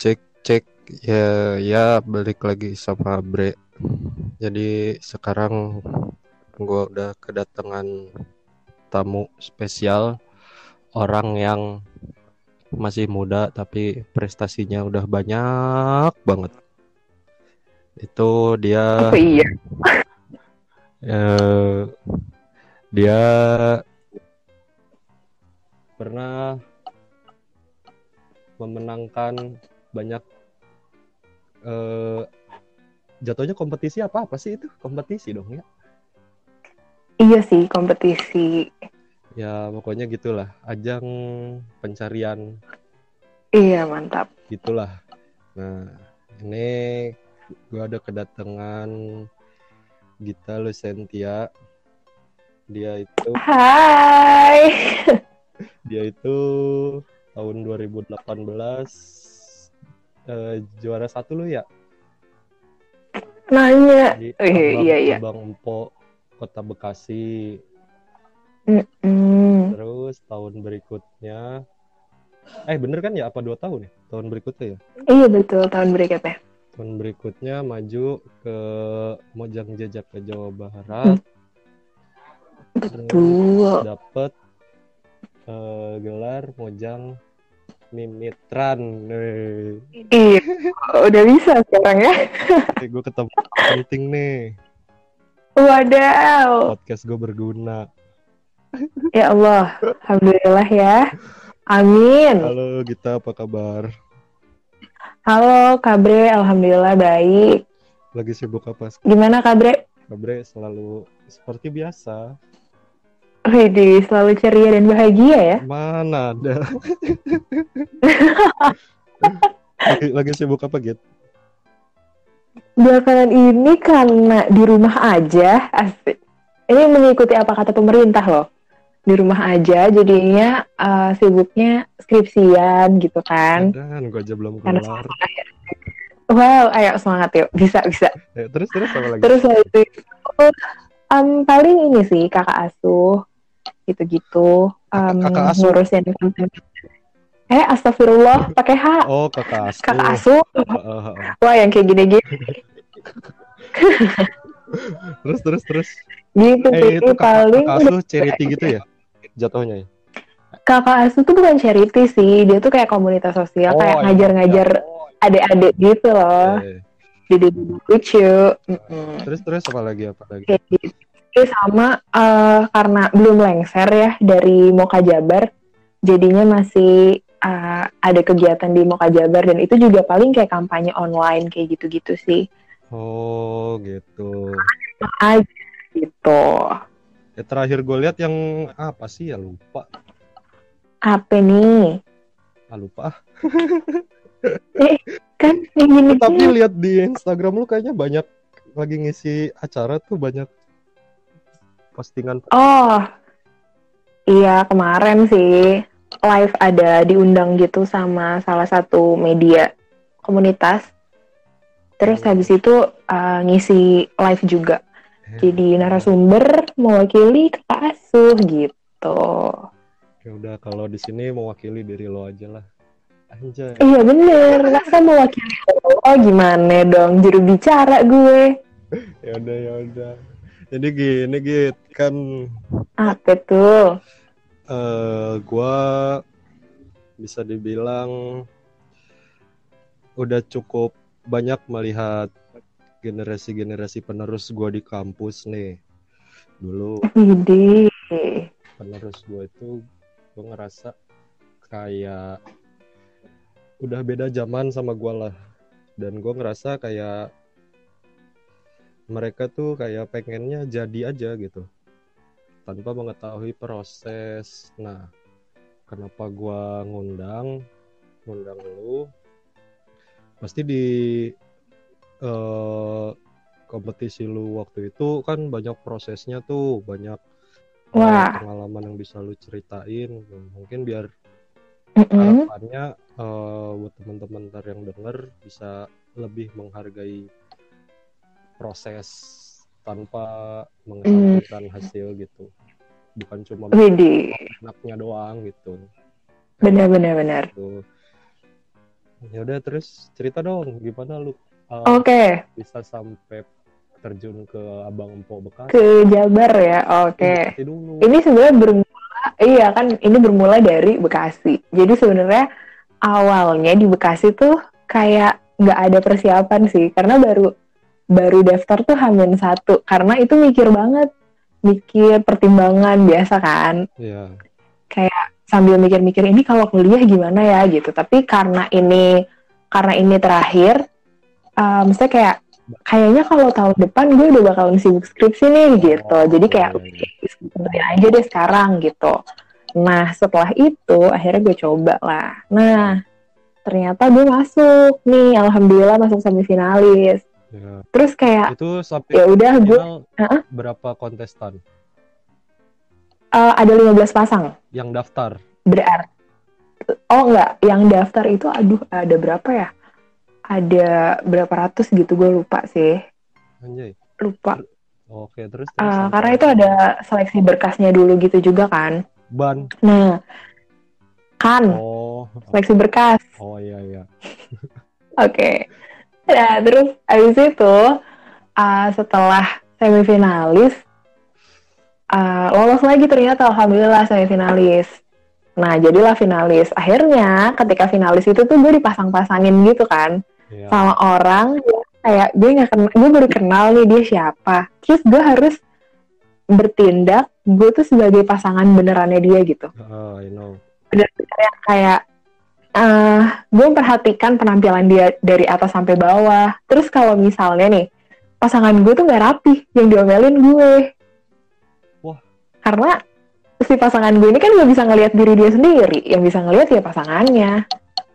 Cek cek ya ya balik lagi sama Bre. Jadi sekarang gua udah kedatangan tamu spesial, orang yang masih muda tapi prestasinya udah banyak banget. Itu dia Oh iya, eh, dia pernah memenangkan banyak eh, jatuhnya kompetisi apa sih itu? Kompetisi dong ya. iya sih kompetisi. Ya pokoknya gitulah, ajang pencarian Iya mantap. gitulah. Nah, ini gue ada kedatangan Gita Lucentia. Dia itu Hai. dia itu tahun 2018 juara satu lu ya Nanya. di Iya iya. Abang Empo Kota Bekasi. Mm-mm. Terus tahun berikutnya bener kan ya, apa 2 tahun ya? Tahun berikutnya ya. Iya betul tahun berikutnya. Tahun berikutnya maju ke Mojang Jajak ke Jawa Hmm, Barat. Terus betul. dapet gelar Mojang Mimitran. Iya, udah bisa sekarang ya. Gue ketemu penting nih. Wadaw. Podcast gue berguna. Ya Allah, alhamdulillah ya. Amin. Halo Gita, apa kabar? Halo Kabre, alhamdulillah baik. Lagi sibuk apa? Gimana Kabre? Kabre selalu seperti biasa. Widih, selalu ceria dan bahagia ya. Mana ada? lagi sibuk apa Git? Belakangan ini karena di rumah aja, asik. Ini mengikuti apa kata pemerintah loh. Di rumah aja, jadinya sibuknya skripsian gitu kan. Dan gue aja belum Karena kelar. wow, ayo semangat yuk, bisa bisa. Terus apa lagi? Terus habis itu paling ini sih kakak asuh gitu-gitu, Kakak asuh. ngurusin konten. Astagfirullah, pakai H. Oh, kakak Kakak asuh. asuh. Wah, yang kayak gini-gini Terus. gitu sih Itu kakak paling asuh udah. charity gitu ya? Jatuhnya ya? Kakak asuh tuh bukan charity sih, dia tuh kayak komunitas sosial, kayak Emang ya. ngajar-ngajar adik-adik gitu loh. Eh, Jadi lucu. terus apa lagi? Kayak gitu. Sama karena belum lengser ya dari Moka Jabar, jadinya masih ada kegiatan di Moka Jabar, dan itu juga paling kayak kampanye online kayak gitu-gitu sih. Oh, gitu. Aja gitu. Terakhir gue lihat yang apa sih ya, lupa. Apa nih? Lupa. Kan yang gini. Tapi lihat di Instagram lu kayaknya banyak lagi ngisi acara tuh, banyak postingan. Oh, iya kemarin sih live ada diundang gitu sama salah satu media komunitas. Terus habis itu ngisi live juga. Jadi narasumber mewakili kakak asuh gitu. Ya udah, kalau di sini mewakili diri lo aja lah. Anjay. Iya bener, masa mewakili lo gimana dong, juru bicara gue. Ya udah. Jadi gini Git, kan Apa tuh? gua bisa dibilang udah cukup banyak melihat generasi penerus gua di kampus nih. Dulu Ide. penerus gua itu, gua ngerasa kayak udah beda zaman sama gua lah. Dan gua ngerasa kayak mereka tuh kayak pengennya jadi aja gitu, tanpa mengetahui proses. Nah, kenapa gua ngundang lu? Pasti di kompetisi lu waktu itu kan banyak prosesnya tuh, banyak Wah. pengalaman yang bisa lu ceritain. Mungkin biar Mm-mm. harapannya buat teman-teman ntar yang denger bisa lebih menghargai proses tanpa mengesampingkan hasil gitu, bukan cuma Widih. enaknya doang gitu. Benar. Gitu. Ya udah, terus cerita dong gimana lu Oke, bisa sampai terjun ke Abang Empo Bekasi. ke Jabar ya. Oke. Bekasi dulu. Ini sebenarnya iya kan, ini bermula dari Bekasi. Jadi sebenarnya awalnya di Bekasi tuh kayak nggak ada persiapan sih, karena baru baru daftar tuh H-1, karena itu mikir banget, mikir pertimbangan biasa kan, Iya. kayak sambil mikir-mikir ini kalau kuliah gimana ya gitu. Tapi karena ini terakhir, maksudnya kayaknya kalau tahun depan gue udah bakalan sibuk skripsi nih gitu. Jadi Iya, kayak iya, iya. sebenarnya aja deh sekarang gitu. Nah setelah itu akhirnya gue coba lah. Nah ternyata gue masuk nih, alhamdulillah masuk semifinalis. Iya. Terus kayak Itu sampai ya udah gue final berapa kontestan ada 15 pasang yang daftar? berarti. Oh enggak, yang daftar itu aduh ada berapa ya? Ada berapa ratus gitu, gue lupa sih. Anjay. Lupa. Oke, terus Karena sampai itu ada seleksi berkasnya dulu gitu juga kan. ban. Nah, kan Oh, seleksi berkas. oh iya iya. Oke. Nah, terus abis itu setelah semifinalis lolos lagi ternyata, alhamdulillah semifinalis. Nah, jadilah finalis. Akhirnya ketika finalis itu tuh gue dipasang-pasangin gitu kan Iya. sama orang yang kayak gue baru kenal nih dia siapa. Terus gue harus bertindak, gue tuh sebagai pasangan benerannya dia gitu. Oh, I know. Bener-bener yang kayak gue memperhatikan penampilan dia dari atas sampai bawah. Terus kalau misalnya nih pasangan gue tuh nggak rapi, yang diomelin gue. Wah. Karena si pasangan gue ini kan nggak bisa ngelihat diri dia sendiri, yang bisa ngelihat ya pasangannya,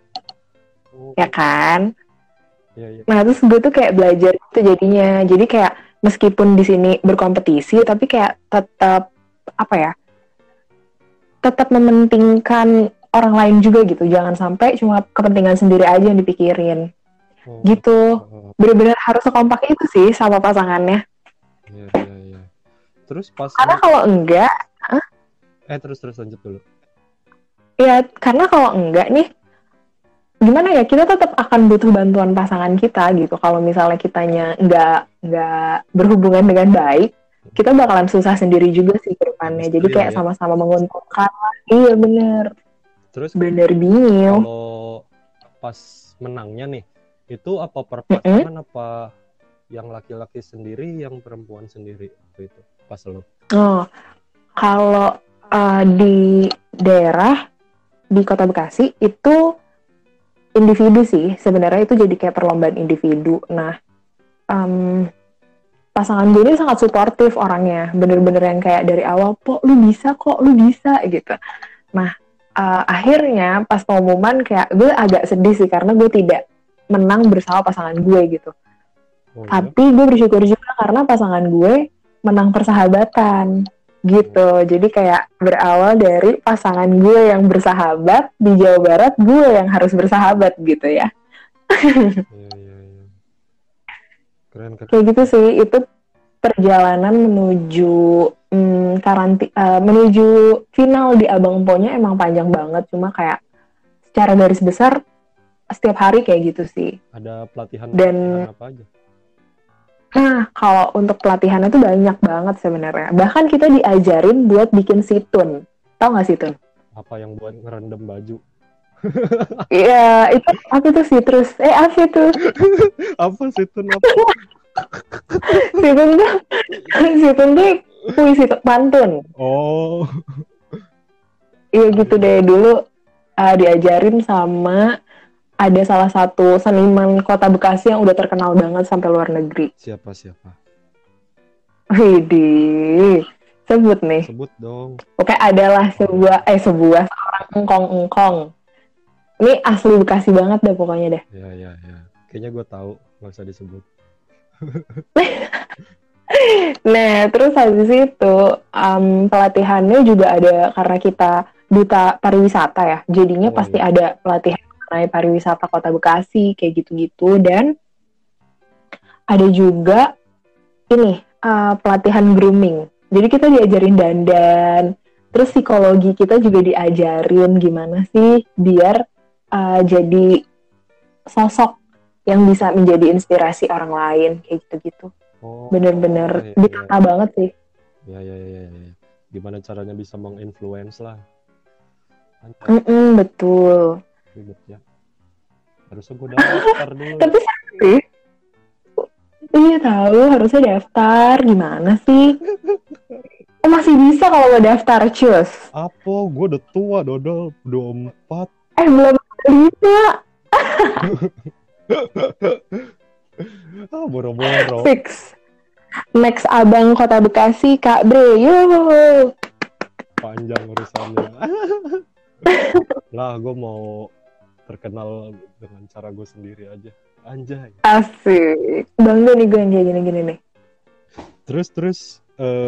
Oh, ya kan? iya iya. Nah terus gue tuh kayak belajar itu jadinya, jadi kayak meskipun di sini berkompetisi, tapi kayak tetap apa ya? Tetap mementingkan orang lain juga gitu, jangan sampai cuma kepentingan sendiri aja yang dipikirin, Oh, gitu. oh, Bener-bener harus sekompak itu sih sama pasangannya. iya iya iya. Terus pas Karena kalau enggak, terus lanjut dulu. ya karena kalau enggak nih, gimana ya, kita tetap akan butuh bantuan pasangan kita gitu. Kalau misalnya kitanya nggak berhubungan dengan baik, kita bakalan susah sendiri juga sih ke depannya. Pasti Jadi kayak ya. sama-sama menguntungkan lah. Iya bener. Terus Bener bingung. kalau pas menangnya nih, itu apa per pasangan apa yang laki-laki sendiri, yang perempuan sendiri waktu itu pas lo? Oh, kalau di daerah di Kota Bekasi itu individu sih. Sebenarnya itu jadi kayak perlombaan individu. Nah, pasangan gue ini sangat suportif orangnya, bener-bener yang kayak dari awal, kok lu bisa gitu. Nah, akhirnya pas pengumuman kayak gue agak sedih sih, karena gue tidak menang bersama pasangan gue gitu. Oh, iya? Tapi gue bersyukur juga karena pasangan gue menang persahabatan gitu. Jadi kayak berawal dari pasangan gue yang bersahabat di Jawa Barat, gue yang harus bersahabat gitu ya. Iya iya iya. Keren keren. Kayak gitu sih, itu perjalanan menuju menuju final di Abang Empo-nya emang panjang banget. Cuma kayak secara garis besar setiap hari kayak gitu sih. Ada pelatihan apa aja? Nah, kalau untuk pelatihannya tuh banyak banget sebenarnya. Bahkan kita diajarin buat bikin situn. Tahu nggak situn? Apa yang buat ngerendam baju? Iya, itu apa itu sitrus? Apa itu? Apa situn apa? Situn tuh puisi pantun. Oh. Iya gitu deh, dulu diajarin sama ada salah satu seniman Kota Bekasi yang udah terkenal banget sampai luar negeri. Siapa? Widih, sebut nih. Sebut dong. Oke, adalah seorang engkong. Ini asli Bekasi banget deh pokoknya deh. Ya. Kayaknya gue tahu, nggak usah disebut. Nah, terus habis itu pelatihannya juga ada, karena kita duta pariwisata ya. Jadinya pasti ada pelatihan mengenai pariwisata Kota Bekasi kayak gitu-gitu, dan ada juga ini pelatihan grooming. Jadi kita diajarin dandan, terus psikologi kita juga diajarin gimana sih biar jadi sosok yang bisa menjadi inspirasi orang lain kayak gitu-gitu. Oh, Bener-bener iya, ditata banget sih. iya. Gimana caranya bisa menginfluence lah. Anjay, Betul. ribet ya. Harusnya gue daftar dulu. Tapi seru sih. Iya tahu harusnya daftar gimana sih? Masih bisa kalau mau daftar cus. Apa? Gue udah tua, Dodol. 24. Belum bisa. Boro-boro. Fix. Next abang Kota Bekasi Kak Bre. Yo. Panjang urusannya. Lah, gue mau terkenal dengan cara gue sendiri aja. Anjay. Asik. Bangga nih gue yang kayak gini-gini nih. Terus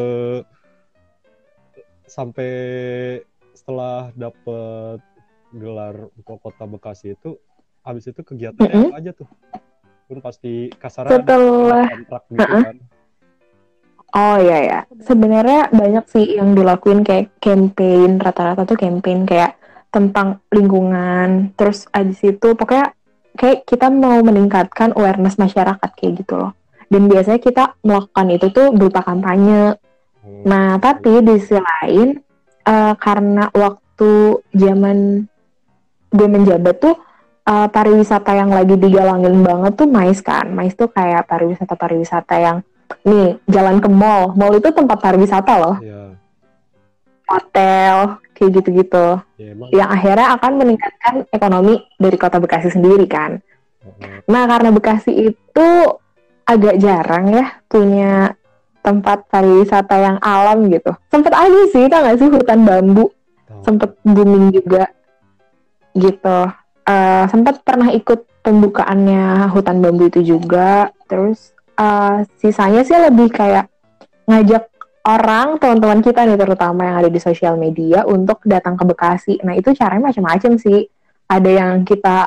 sampai setelah dapet gelar untuk Kota Bekasi itu, habis itu kegiatannya apa aja tuh? Kan pasti kasarannya Setelah kontrak gitu kan. Oh iya ya, sebenarnya banyak sih yang dilakuin kayak campaign, rata-rata tuh campaign kayak tentang lingkungan, terus abis itu pokoknya kayak kita mau meningkatkan awareness masyarakat kayak gitu loh. Dan biasanya kita melakukan itu tuh berupa kampanye. Nah, tapi di sisi lain, karena waktu zaman gue menjabat tuh, pariwisata yang lagi digalangin banget tuh MICE kan. MICE tuh kayak pariwisata yang nih, jalan ke mall. Mall itu tempat pariwisata loh. Iya. Hotel, kayak gitu-gitu. Ya, emang. Yang akhirnya akan meningkatkan ekonomi dari Kota Bekasi sendiri kan. Nah, karena Bekasi itu agak jarang ya punya tempat pariwisata yang alam gitu. Sempet aja sih, tau gak sih hutan bambu. Sempet booming juga gitu. Sempet pernah ikut pembukaannya hutan bambu itu juga. Terus sisanya sih lebih kayak ngajak orang, teman-teman kita nih terutama yang ada di sosial media untuk datang ke Bekasi. Nah itu caranya macam-macam sih. Ada yang kita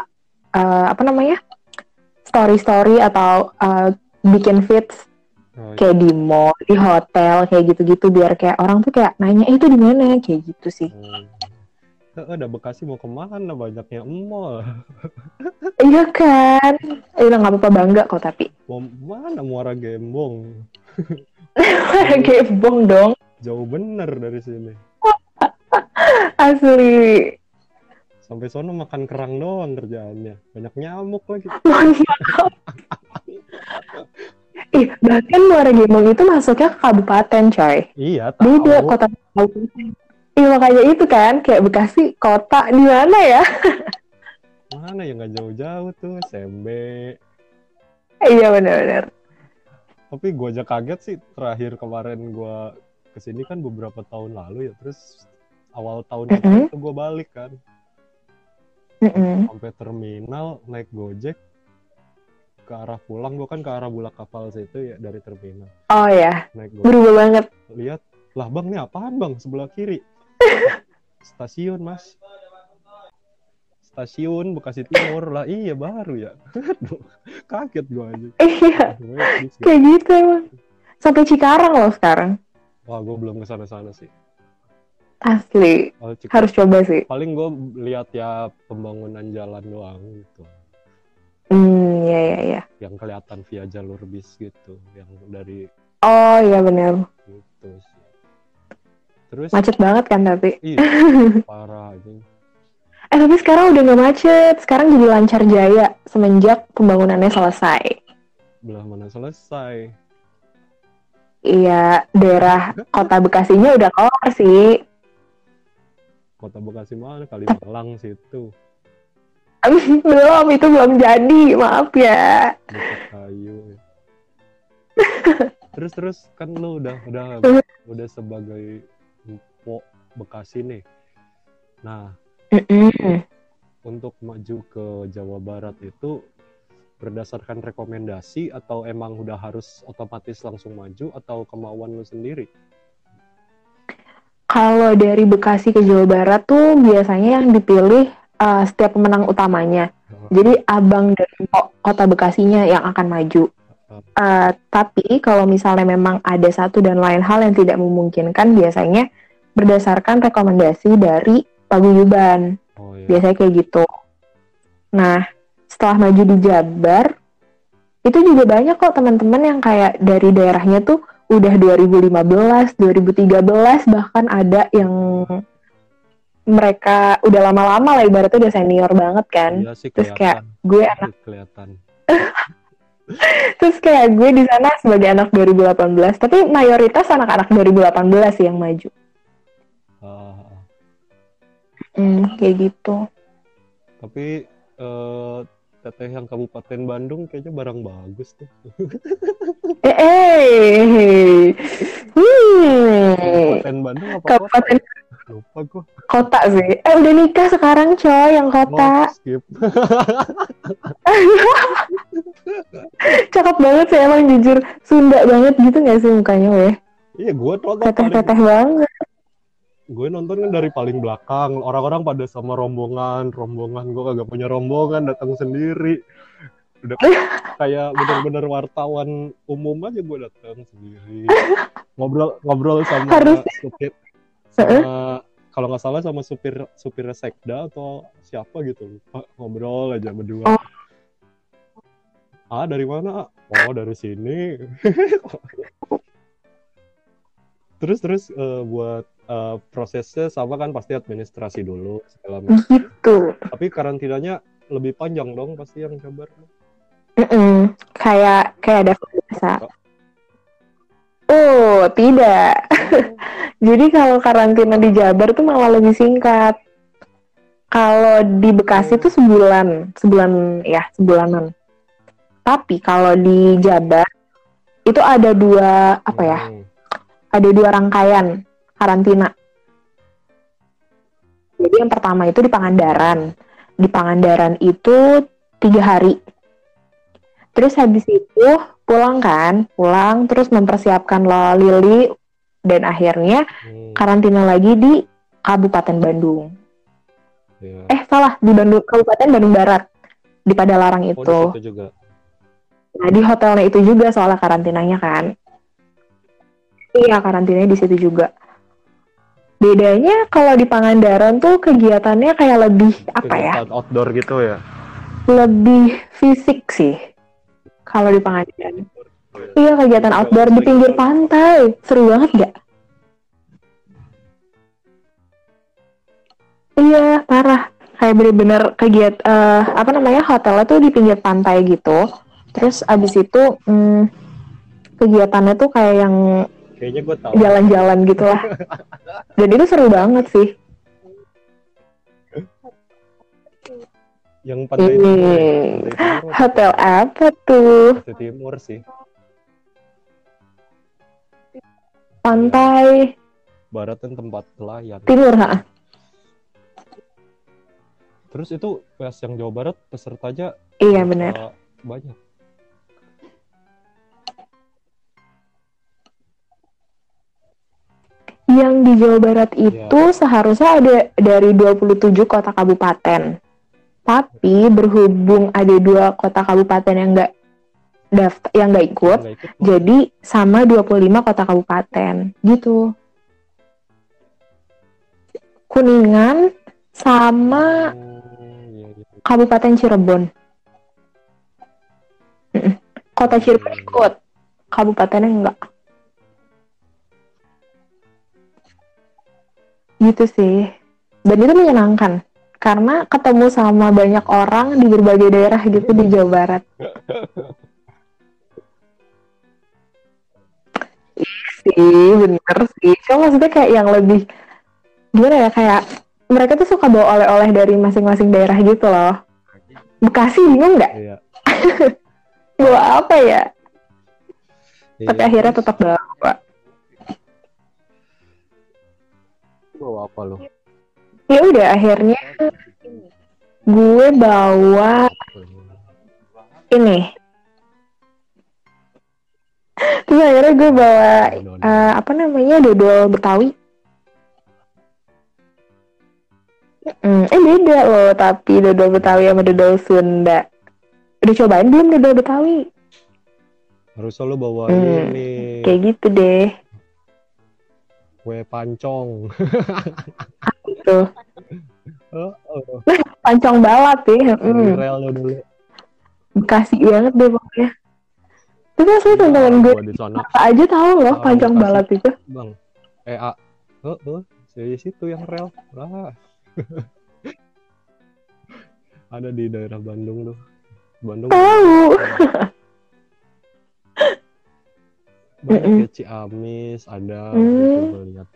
story-story atau bikin feeds kayak di mall, di hotel kayak gitu-gitu biar kayak orang tuh kayak nanya itu di mana kayak gitu sih. Ada Bekasi mau kemana, banyaknya mall. Iya kan, udah nggak apa-apa bangga kok tapi. Mau mana Muara Gembong? Muara Gembong dong. Jauh bener dari sini. Asli. Sampai sono makan kerang doang kerjaannya, banyak nyamuk lagi. Bahkan Muara Gembong itu masuknya ke kabupaten coy. Iya tahu. Beda kota kabupaten. Iya makanya itu kan kayak Bekasi kota di mana ya? Mana ya, nggak jauh-jauh tuh, SMB. Iya benar-benar. Tapi gue aja kaget sih, terakhir kemarin gue kesini kan beberapa tahun lalu ya, terus awal tahun itu gue balik kan. Sampai terminal naik Gojek ke arah pulang, gue kan ke arah Bulak Kapal situ ya dari terminal. Oh ya, naik Gojek, berubah banget. Lihat, lah bang ini apaan bang sebelah kiri? Stasiun mas. Stasiun Bekasi Timur lah, iya baru ya. Kaget gue aja. Iya, kayak gitu emang. Sampai Cikarang loh sekarang. Wah, gue belum kesana-sana sih. Asli, harus coba sih. Paling gue lihat ya pembangunan jalan doang gitu. Iya. Yang kelihatan via jalur bis gitu, yang dari. Oh iya benar. Gitu sih. Terus. Macet banget kan tapi. Iya, parah aja. Tapi sekarang udah nggak macet, sekarang jadi lancar jaya semenjak pembangunannya selesai. Belah mana selesai? Iya, daerah Kota Bekasinya udah kelar sih. Kota Bekasi mana? Kalimalang situ. Belum, itu belum jadi, maaf ya. Dekat kayu. Terus kan lu udah sebagai Mpok Bekasi nih. Nah, untuk maju ke Jawa Barat itu berdasarkan rekomendasi atau emang udah harus otomatis langsung maju atau kemauan lu sendiri? Kalau dari Bekasi ke Jawa Barat tuh biasanya yang dipilih setiap pemenang utamanya. Jadi abang dan Kota Bekasinya yang akan maju. Tapi kalau misalnya memang ada satu dan lain hal yang tidak memungkinkan, biasanya berdasarkan rekomendasi dari paguyuban. Biasanya kayak gitu. Nah, setelah maju di Jabar, itu juga banyak kok teman-teman yang kayak dari daerahnya tuh udah 2015, 2013, bahkan ada yang mereka udah lama-lama lah, ibaratnya udah senior banget kan. Iya sih, Terus kayak kelihatan. terus kayak gue di sana sebagai anak 2018, tapi mayoritas anak-anak 2018 sih yang maju. Kayak gitu. Tapi teteh yang Kabupaten Bandung kayaknya barang bagus tuh. Kabupaten Bandung apa Kabupaten kota? Lupa gue. Kota sih. Udah nikah sekarang coy yang kota. Skip. Cakep banget sih emang, jujur. Sunda banget gitu gak sih mukanya weh? Iya, gue tuh teteh banget. Gue nonton kan dari paling belakang, orang-orang pada sama rombongan gue kagak punya rombongan, datang sendiri. Udah kayak bener-bener wartawan umum aja, gue datang sendiri. Ngobrol sama supir, kalau nggak salah sama supir sekda atau siapa gitu, lupa. Ngobrol aja berdua. Dari mana? Oh, dari sini. Terus buat prosesnya sama kan, pasti administrasi dulu segala macam. Gitu. Tapi karantinanya lebih panjang dong pasti yang Jabar. Kayak ada biasa. Oh, tidak. Jadi kalau karantina di Jabar tuh malah lebih singkat. Kalau di Bekasi tuh sebulanan. Tapi kalau di Jabar itu ada ada dua rangkaian karantina. Jadi yang pertama itu di Pangandaran. Di Pangandaran itu 3 hari. Terus habis itu pulang terus mempersiapkan Lili, dan akhirnya karantina lagi di Kabupaten Bandung. Salah, di Kabupaten Bandung Barat, di Padalarang itu. Di situ juga. Nah, di hotelnya itu juga soalnya karantinanya kan. Iya, karantinanya di situ juga. Bedanya kalau di Pangandaran tuh kegiatannya kayak lebih kegiatan outdoor gitu ya. Lebih fisik sih. Kalau di Pangandaran. Iya, kegiatan outdoor di pinggir pantai. Seru banget gak? Iya, parah. Kayak bener-bener kegiatan hotelnya tuh di pinggir pantai gitu. Terus abis itu kegiatannya tuh kayak yang kayaknya gue tahu, jalan-jalan gitu lah. Dan itu seru banget sih. Yang Pantai Timur. Hotel apa tuh? Pantai Timur sih. Pantai Barat kan tempat pelayan. Timur, ha? Terus itu pas yang Jawa Barat pesertanya benar. Banyak. Yang di Jawa Barat itu seharusnya ada dari 27 kota kabupaten. Tapi berhubung ada 2 kota kabupaten yang nggak ikut, jadi sama 25 kota kabupaten gitu. Kuningan sama Kabupaten Cirebon. Kota Cirebon ikut, kabupatennya enggak. Gitu sih. Dan itu menyenangkan karena ketemu sama banyak orang di berbagai daerah gitu di Jawa Barat. Sih, bener sih. Cuma maksudnya kayak yang lebih gimana ya, kayak mereka tuh suka bawa oleh-oleh dari masing-masing daerah gitu loh. Bekasi bingung nggak? Iya. Bawa apa ya? Tapi akhirnya tetap bawa. Bawa apa lo? Ya udah, akhirnya gue bawa ini. Terus akhirnya gue bawa dodol Betawi. Beda loh, tapi dodol Betawi sama dodol Sunda. Udah cobain belum dodol Betawi? Harusnya lo bawa ini. Kayak gitu deh. Kue pancong. Gitu. Pancong balat sih. Rel lo dulu. Bekasi banget deh pokoknya. Tapi asli Iya, teman gue gua di sana apa aja tahu loh orang Panjang Bekasi, Balat itu. Bang. Dari situ yang rel. Lah, ada di daerah Bandung tuh. Bandung Tahu. banyak Mm-mm. ya, Ciamis ada itu Hmm. gue lihat.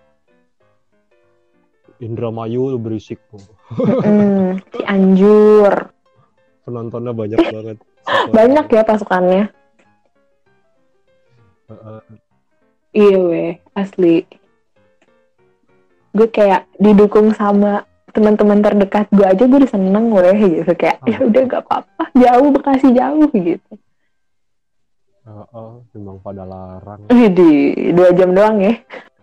Indramayu berisik tuh. Mm-mm. Cianjur. Penontonnya banyak banget. Banyak Supporternya. ya pasukannya. Heeh. Iya weh, asli. Gue kayak didukung sama teman-teman terdekat gue aja gue udah seneng weh gitu. Kayak ya udah gak apa-apa, jauh Bekasi jauh gitu. Memang pada larang. Widih, 2 jam doang ya.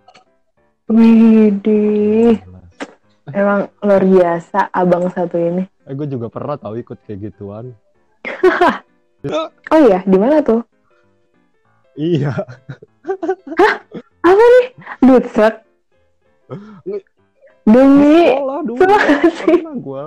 Widih, Jelas. emang luar biasa abang satu ini. Gue juga pernah tahu ikut kayak gituan. Oh iya, di mana tuh? Iya. Apa nih? Dutset. Demi Sekolah dulu. sih. Pernah gue.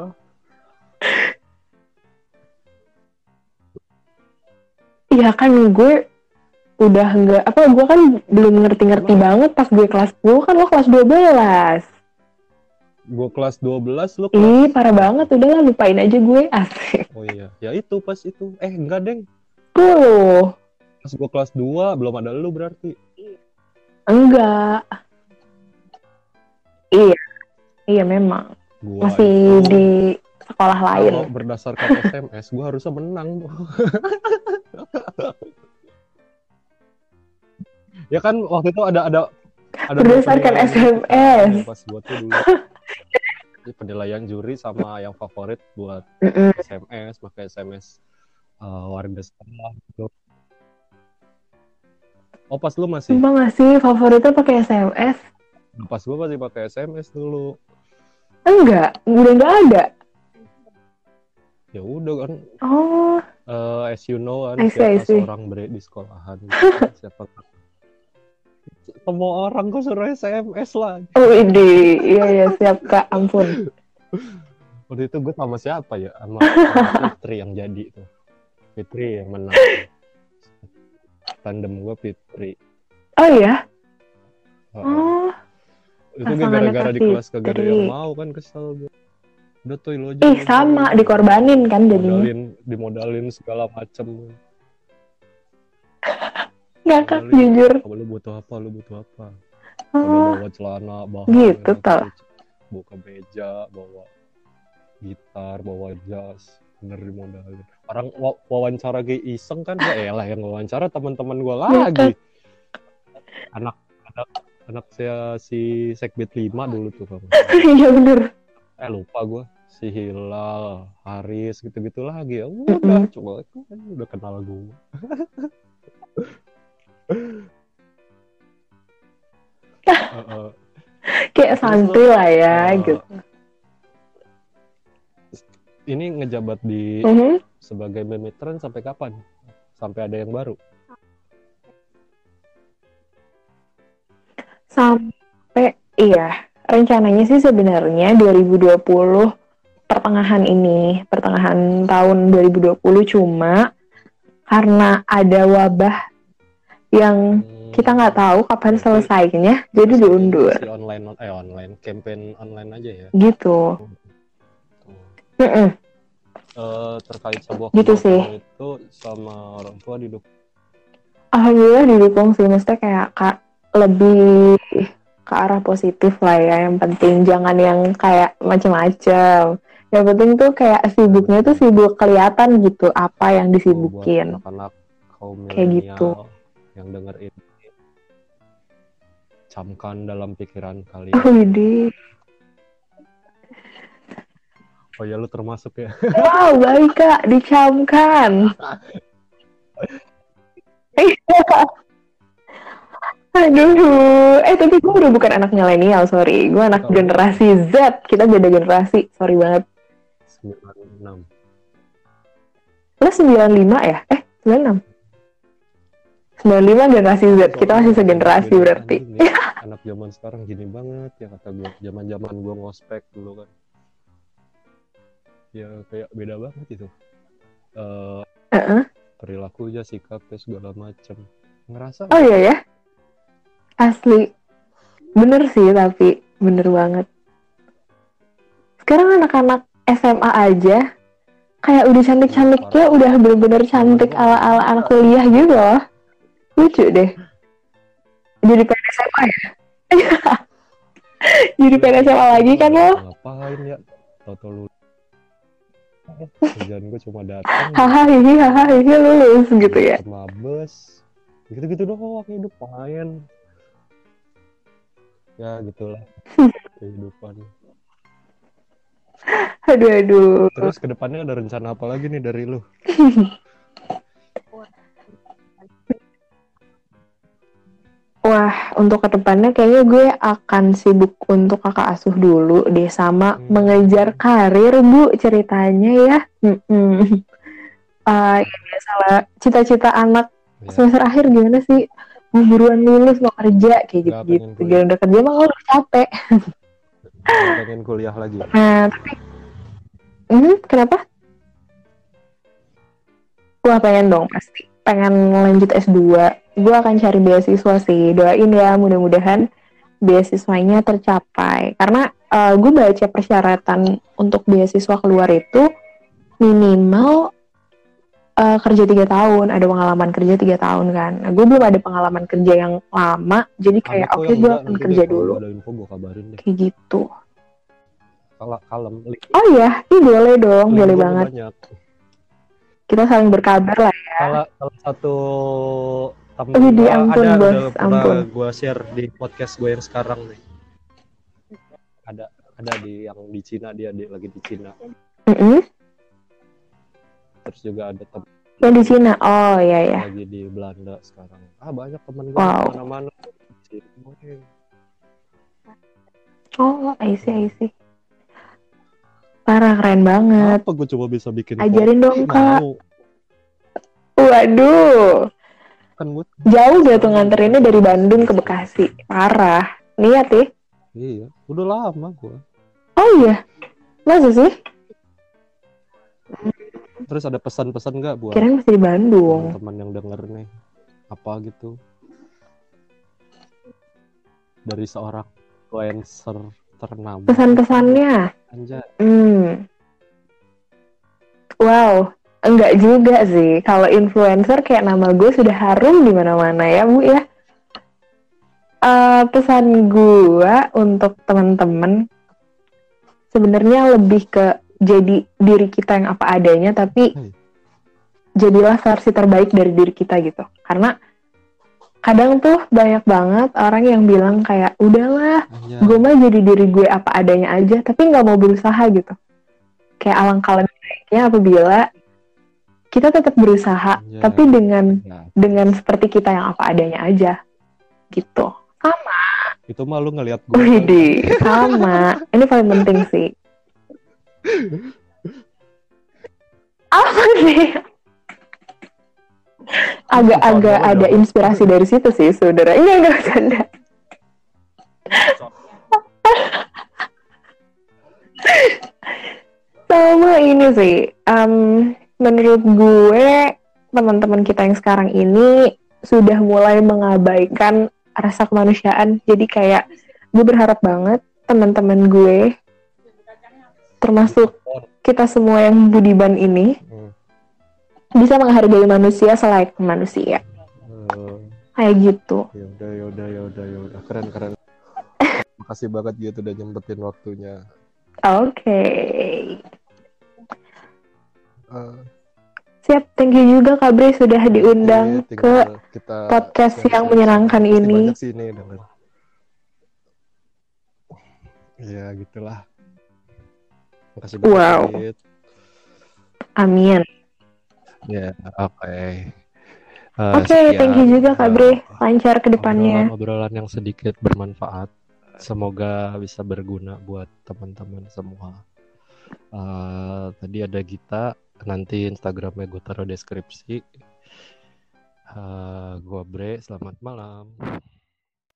Iya kan gue udah enggak apa gue kan belum ngerti-ngerti banget pas gue kelas 10 kan lo kelas 12. Gue kelas 12, lu Ih, kelas... parah banget. Udahlah, lupain aja gue. Asik. Oh iya. Ya itu, pas itu. Enggak, Deng. Tuh. Pas gue kelas 2, belum ada lu berarti. Enggak. Iya. Iya, memang. Gua Masih itu, di sekolah lain. kalau berdasarkan SMS, gue harusnya menang. Ya kan waktu itu ada Berdasarkan penilaian gitu kan, SMS. yang pas gue tuh dulu penilaian juri sama yang favorit buat Mm-mm. SMS, pakai SMS warga sekolah gitu. Oh, pas lu masih? Sumpah gak sih favoritnya pakai SMS? Pas gue masih pakai SMS dulu. Enggak, udah enggak ada. Ya udah kan, Oh, as you know kan, I siapa see. seorang bre di sekolahan gitu. Siapa semua orang kok suruh SMS lah. Oh, ini. Iya, siap Kak, ampun. Waktu itu gue sama siapa ya? Sama Fitri yang jadi tuh. Fitri yang menang. Tandem gue Fitri. Oh iya? Uh-uh. Oh, Itu gue gara-gara di kelas kagak ada yang mau kan, kesel gue. Udah tuh lo aja. Ih, sama, dikorbanin kan jadinya. Dimodalin segala macem. Ngakak jujur. Lu butuh apa? Udah Oh, bawa celana, bahan. gitu tau. Bawa kemeja, bawa gitar, bawa jas. Bener dimodalin. Orang wawancara kayak iseng kan, ya elah yang wawancara teman-teman gue lagi. Anak saya si Sekbid 5 dulu tuh kamu. Iya bener. Lupa gue. Si Hilal, Haris, gitu-gitu lagi. Ya udah, coba itu kan udah kenal gue. Kayak santai lah ya gitu. Ini ngejabat di sebagai memitran sampai kapan? Sampai ada yang baru? Sampai iya, rencananya sih sebenarnya 2020 pertengahan tahun 2020, cuma karena ada wabah yang kita nggak tahu kapan selesainya, jadi diundur. Online campaign online aja ya. Gitu. Terkait sebuah gitu sih. Itu sama orang tua didukung. Alhamdulillah didukung sih, maksudnya kayak lebih ke arah positif lah ya. Yang penting jangan yang kayak macam-macam. Yang penting tuh kayak sibuknya tuh sibuk kelihatan gitu apa yang disibukin. Buat anak kaum kayak gitu. Yang denger ini, camkan dalam pikiran kalian. Widih. Oh ya, lu termasuk ya. Wow, baik Kak, dicamkan. Aduh, tapi gue udah bukan anak milenial, sorry. Gue anak generasi Z, kita beda generasi, sorry banget. 96. Lo 95 ya? 96. 95 generasi Z, kita masih segenerasi berarti. Anak zaman sekarang gini banget ya, kata gue. Zaman gue ngospek dulu kan. Ya kayak beda banget itu. Heeh. perilakunya, sikapnya segala macam. Ngerasa Oh iya ya, asli. Bener sih, tapi bener banget. Sekarang anak-anak SMA aja kayak udah cantik-cantiknya, parah. udah bener-bener Zaman cantik gua nggak ala-ala ada. anak kuliah gitu loh. Lucu deh. Jadi pengen SMA ya? Jadi Iya, pengen zaman SMA kan lagi gua nggak kan ada lo? ngapa-ngapain ya. Tau-tau lulus. Kerjaan gua cuma datang, Hahaha, hihi, lulus gitu ya. ke mabes, gitu-gitu doang hidup main. Ya gitulah kehidupan. Aduh, aduh. Terus kedepannya ada rencana apa lagi nih dari lu? Wah, untuk kedepannya kayaknya gue akan sibuk untuk kakak asuh dulu deh, sama mengejar karir, Bu, ceritanya ya. Ya biasalah, cita-cita anak Ya, semester akhir gimana sih? Mau buruan lulus, mau kerja, kayak nggak pengen gitu-gitu. kuliah, Jangan udah kerja mah lo udah capek. nggak pengen kuliah lagi. Nah, tapi, kenapa? Gua pengen dong, pasti. Pengen lanjut S2. Gue akan cari beasiswa sih. Doain ya, mudah-mudahan beasiswanya tercapai. Karena gue baca persyaratan untuk beasiswa keluar itu minimal kerja 3 tahun, ada pengalaman kerja 3 tahun kan. Nah, gue belum ada pengalaman kerja yang lama, jadi kayak Anak lo oke, yang gue muda akan nanti deh, kerja kalau dulu. ada info gue kabarin deh. Kayak gitu. Kalau kalem, Oh iya, boleh dong, boleh gue banget. banyak. Kita saling berkabar lah ya. Salah satu temen Di gue ampun ada bos, udah pernah ampun. gue share di podcast gue yang sekarang nih. Ada yang di Cina, dia lagi di Cina. Terus juga ada temen yang di Cina. Oh iya ya. lagi di Belanda sekarang. Banyak temen gue Wow. mana-mana. Oh, I see. Parah, keren banget. Apa gue coba bisa bikin ajarin dong Kak. Mau. Waduh, Kan gue jauh gak tuh nganterinnya dari Bandung ke Bekasi. Parah. Niat ya? Iya, udah lama gue. Oh iya, masa sih? Terus ada pesan-pesan gak buat Kirain masih di Bandung. teman-teman yang denger nih? Apa gitu? Dari seorang influencer ternama. Pesan-pesannya? Anjay. Wow, enggak juga sih. Kalau influencer kayak nama gue sudah harum di mana-mana ya, Bu ya. Pesan gue untuk teman-teman sebenarnya lebih ke jadi diri kita yang apa adanya, tapi jadilah versi terbaik dari diri kita gitu. Karena kadang tuh banyak banget orang yang bilang kayak udahlah, gue mah jadi diri gue apa adanya aja, tapi nggak mau berusaha gitu. Kayak alangkah lebih baiknya apabila kita tetap berusaha, tapi dengan seperti kita yang apa adanya aja, gitu. Sama. Itu mah lu ngeliat gue. Widih, sama. Ini paling penting sih. Apa sih? Agak-agak ada inspirasi dari situ sih, saudara. Enggak bercanda. Sama ini sih. Menurut gue, teman-teman kita yang sekarang ini sudah mulai mengabaikan rasa kemanusiaan. Jadi kayak gue berharap banget teman-teman gue, termasuk kita semua yang budiman ini, bisa menghargai manusia selayaknya manusia. Kayak gitu. Yaudah. Keren. Makasih banget gitu udah nyempetin waktunya. Oke. Siap, thank you juga Kak Bre sudah diundang ke podcast yang menyenangkan ini. Banyak sih ini denger. Ya gitulah. Makasih banget. Wow. Amin. Ya, oke. Oke, thank you juga Kak Bre. Lancar ke depannya. Obrolan yang sedikit bermanfaat. Semoga bisa berguna buat teman-teman semua. Tadi ada Gita, nanti Instagramnya gue taruh deskripsi. Gue Bre, selamat malam.